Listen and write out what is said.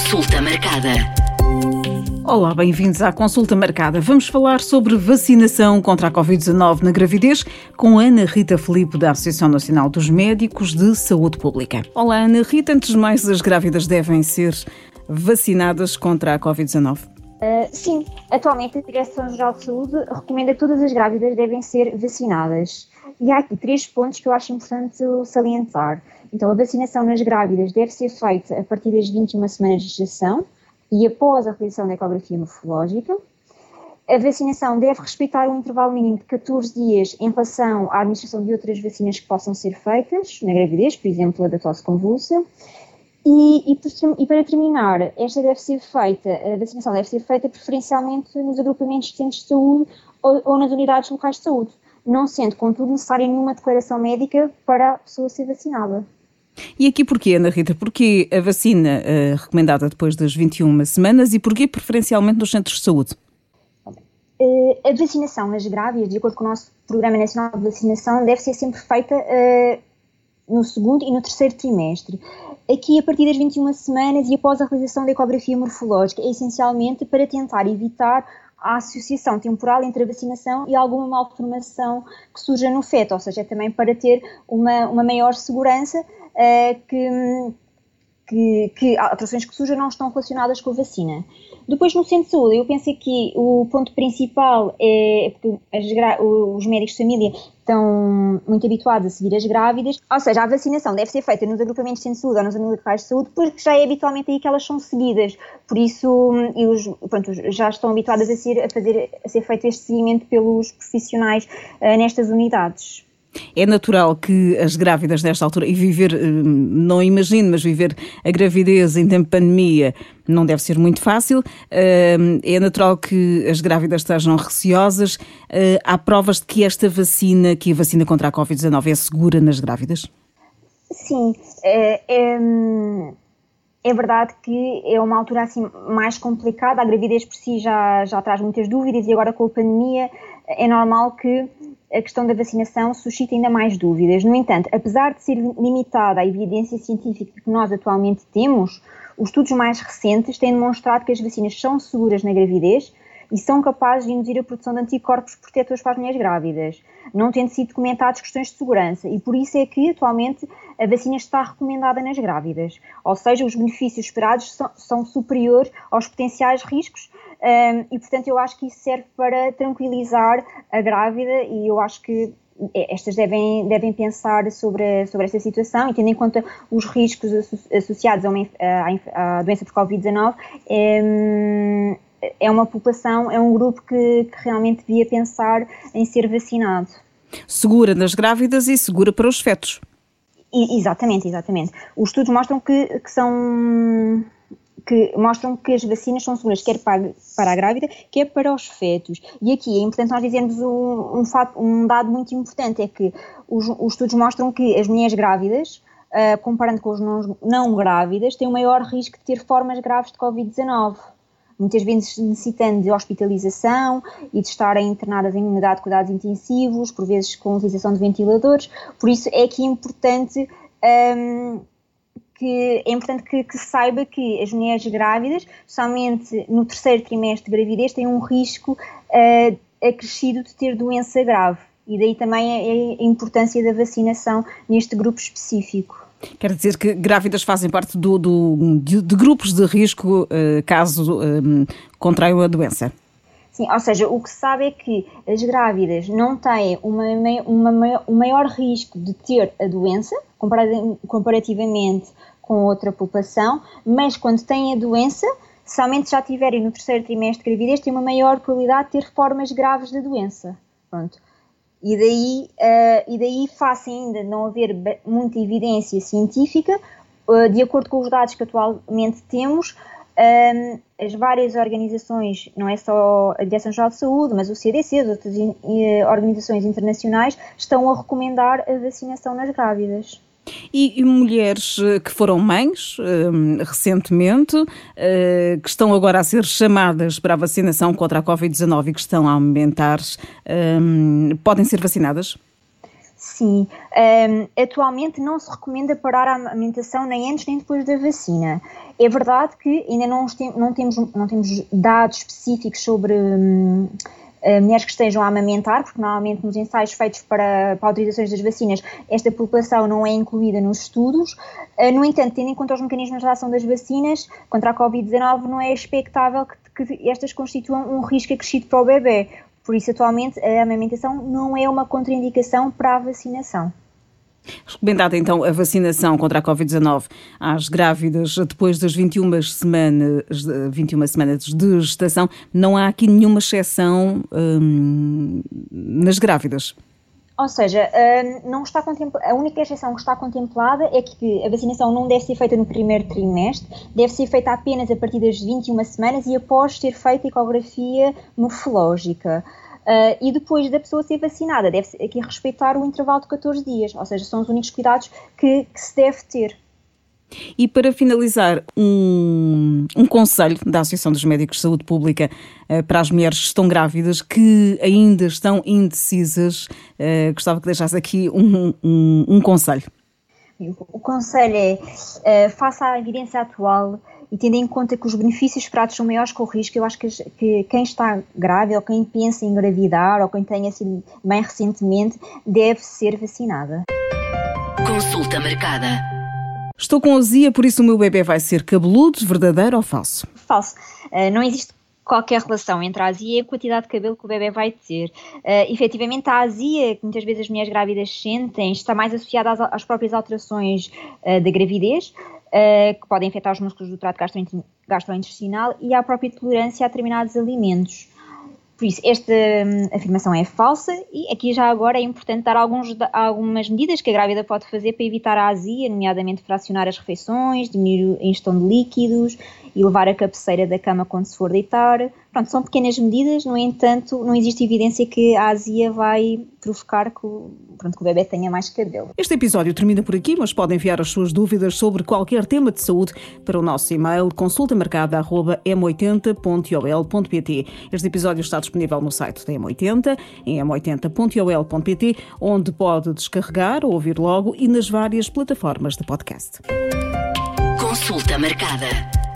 Consulta marcada. Olá, bem-vindos à Consulta Marcada. Vamos falar sobre vacinação contra a Covid-19 na gravidez com Ana Rita Filipe, da Associação Nacional dos Médicos de Saúde Pública. Olá, Ana Rita. Antes de mais, as grávidas devem ser vacinadas contra a Covid-19? Sim, atualmente a Direção-Geral de Saúde recomenda que todas as grávidas devem ser vacinadas. E há aqui 3 pontos que eu acho importante salientar. Então, a vacinação nas grávidas deve ser feita a partir das 21 semanas de gestação e após a realização da ecografia morfológica. A vacinação deve respeitar um intervalo mínimo de 14 dias em relação à administração de outras vacinas que possam ser feitas na gravidez, por exemplo, a da tosse convulsa. E para terminar, a vacinação deve ser feita preferencialmente nos agrupamentos de centros de saúde ou nas unidades locais de saúde, não sendo, contudo, necessária nenhuma declaração médica para a pessoa ser vacinada. E aqui porquê, Ana Rita? Porquê a vacina recomendada depois das 21 semanas e porquê preferencialmente nos centros de saúde? A vacinação nas grávidas, de acordo com o nosso Programa Nacional de Vacinação, deve ser sempre feita no segundo e no terceiro trimestre. Aqui, a partir das 21 semanas e após a realização da ecografia morfológica, é essencialmente para tentar evitar a associação temporal entre a vacinação e alguma malformação que surja no feto, ou seja, é também para ter uma maior segurança que alterações que surjam não estão relacionadas com a vacina. Depois, no centro de saúde, eu penso que o ponto principal é porque os médicos de família estão muito habituados a seguir as grávidas, ou seja, a vacinação deve ser feita nos agrupamentos de centro de saúde ou nos unidades de saúde, porque já é habitualmente aí que elas são seguidas, por isso já estão habituadas a ser feito este seguimento pelos profissionais nestas unidades. É natural que as grávidas nesta altura, e viver, não imagino, mas viver a gravidez em tempo de pandemia não deve ser muito fácil. É natural que as grávidas estejam receosas. Há provas de que a vacina contra a Covid-19 é segura nas grávidas? Sim, é verdade que é uma altura assim mais complicada. A gravidez por si já traz muitas dúvidas e agora com a pandemia é normal que a questão da vacinação suscita ainda mais dúvidas. No entanto, apesar de ser limitada a evidência científica que nós atualmente temos, os estudos mais recentes têm demonstrado que as vacinas são seguras na gravidez e são capazes de induzir a produção de anticorpos protetores para as mulheres grávidas, não tendo sido documentadas questões de segurança, e por isso é que atualmente a vacina está recomendada nas grávidas, ou seja, os benefícios esperados são superiores aos potenciais riscos, e portanto eu acho que isso serve para tranquilizar a grávida, e eu acho que estas devem pensar sobre esta situação e tendo em conta os riscos associados à doença por Covid-19, é uma população, é um grupo que realmente devia pensar em ser vacinado. Segura nas grávidas e segura para os fetos. Exatamente. Os estudos mostram que mostram que as vacinas são seguras, quer para a grávida, quer para os fetos. E aqui é importante nós dizermos um dado muito importante, é que os estudos mostram que as mulheres grávidas, comparando com os não grávidas, têm um maior risco de ter formas graves de Covid-19. Muitas vezes necessitando de hospitalização e de estarem internadas em unidade de cuidados intensivos, por vezes com utilização de ventiladores. Por isso é que é importante que se saiba que as mulheres grávidas, somente no terceiro trimestre de gravidez, têm um risco acrescido de ter doença grave. E daí também a importância da vacinação neste grupo específico. Quer dizer que grávidas fazem parte de grupos de risco caso contraiam a doença? Sim, ou seja, o que se sabe é que as grávidas não têm um maior risco de ter a doença, comparativamente com outra população, mas quando têm a doença, somente já tiverem no terceiro trimestre de gravidez, têm uma maior probabilidade de ter formas graves da doença. Pronto. E daí face ainda não haver muita evidência científica, de acordo com os dados que atualmente temos, as várias organizações, não é só a Direção-Geral de Saúde, mas o CDC, as outras organizações internacionais, estão a recomendar a vacinação nas grávidas. E mulheres que foram mães recentemente, que estão agora a ser chamadas para a vacinação contra a Covid-19 e que estão a aumentar, podem ser vacinadas? Sim, atualmente não se recomenda parar a amamentação nem antes nem depois da vacina. É verdade que ainda não temos dados específicos sobre mulheres que estejam a amamentar, porque normalmente nos ensaios feitos para autorizações das vacinas, esta população não é incluída nos estudos. No entanto, tendo em conta os mecanismos de ação das vacinas contra a Covid-19, não é expectável que estas constituam um risco acrescido para o bebê. Por isso, atualmente, a amamentação não é uma contraindicação para a vacinação. Recomendada então a vacinação contra a Covid-19 às grávidas depois das 21 semanas de gestação. Não há aqui nenhuma exceção nas grávidas? Ou seja, a única exceção que está contemplada é que a vacinação não deve ser feita no primeiro trimestre, deve ser feita apenas a partir das 21 semanas e após ter feito ecografia morfológica. E depois da pessoa ser vacinada, deve-se aqui respeitar o intervalo de 14 dias, ou seja, são os únicos cuidados que se deve ter. E para finalizar, um conselho da Associação dos Médicos de Saúde Pública para as mulheres que estão grávidas, que ainda estão indecisas. Gostava que deixasse aqui um conselho. O conselho é, faça a evidência atual e tendo em conta que os benefícios esperados são maiores que o risco, eu acho que quem está grávida ou quem pensa em engravidar ou quem tenha sido bem recentemente deve ser vacinada. Consulta marcada. Estou com azia, por isso o meu bebê vai ser cabeludo, verdadeiro ou falso? Falso. Não existe qualquer relação entre a azia e a quantidade de cabelo que o bebê vai ter. Efetivamente, a azia, que muitas vezes as mulheres grávidas sentem, está mais associada às próprias alterações da gravidez, que podem afetar os músculos do trato gastrointestinal e à própria tolerância a determinados alimentos. Por isso, esta afirmação é falsa e aqui já agora é importante dar algumas medidas que a grávida pode fazer para evitar a azia, nomeadamente fracionar as refeições, diminuir a ingestão de líquidos e levar a cabeceira da cama quando se for deitar. Pronto, são pequenas medidas, no entanto, não existe evidência que a azia vai provocar que o bebê tenha mais cabelo. Este episódio termina por aqui, mas pode enviar as suas dúvidas sobre qualquer tema de saúde para o nosso e-mail consultamarcada@m80.ol.pt. Este episódio está disponível no site da M80, em m80.ol.pt, onde pode descarregar ou ouvir logo e nas várias plataformas de podcast. Consulta marcada.